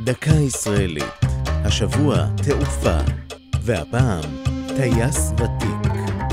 דקה ישראלית, השבוע תעופה, והפעם טייס ותיק.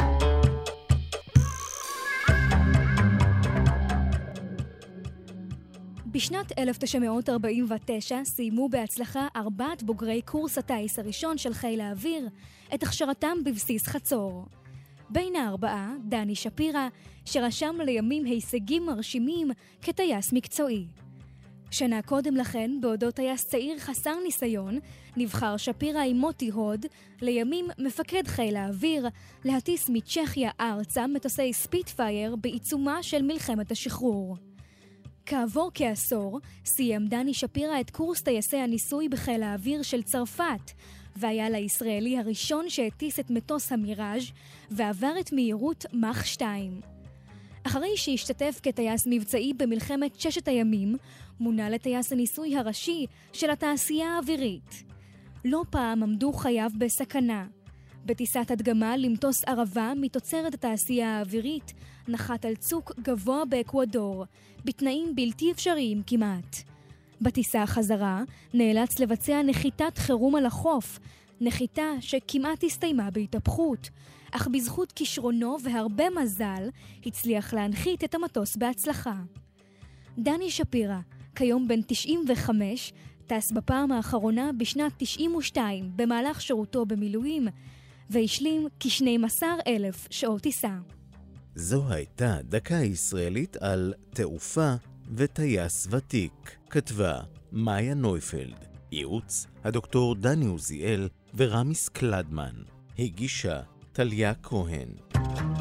בשנת 1949 סיימו בהצלחה 4 בוגרי קורס הטייס הראשון של חיל האוויר את הכשרתם בבסיס חצור. בין הארבעה, דני שפירא, שרשם לימים הישגים מרשימים כטייס מקצועי. שנה קודם לכן, בעודו טייס צעיר חסר ניסיון, נבחר שפירא עם מוטי הוד, לימים מפקד חיל האוויר, להטיס מצ'כיה ארצה מטוסי ספיטפייר בעיצומה של מלחמת השחרור. כעבור כעשור, סיים דני שפירא את קורס טייסי הניסוי בחיל האוויר של צרפת, והיה לישראלי הראשון שהטיס את מטוס המיראז' ועבר את מהירות מאך 2. אחרי שהשתתף כטייס מבצעי במלחמת 6 הימים, מונה לטייס הניסוי הראשי של התעשייה האווירית. לא פעם עמדו חייו בסכנה. בטיסת הדגמה למטוס ערבה מתוצרת התעשייה האווירית, נחת על צוק גבוה באקוודור, בתנאים בלתי אפשריים כמעט. בטיסה החזרה נאלץ לבצע נחיתת חירום על החוף, נחיתה שכמעט הסתיימה בהתהפכות, אך בזכות כישרונו והרבה מזל הצליח להנחית את המטוס בהצלחה. דני שפירא, כיום בן 95, טס בפעם האחרונה בשנת 92 במהלך שירותו במילואים, והשלים כ12,000 שעות טיסה. זו הייתה דקה ישראלית על תעופה וטייס ותיק. כתבה מאיה נויפלד, ייעוץ הדוקטור דני עוזיאל ורמיס קלדמן, הגישה טליה כהן.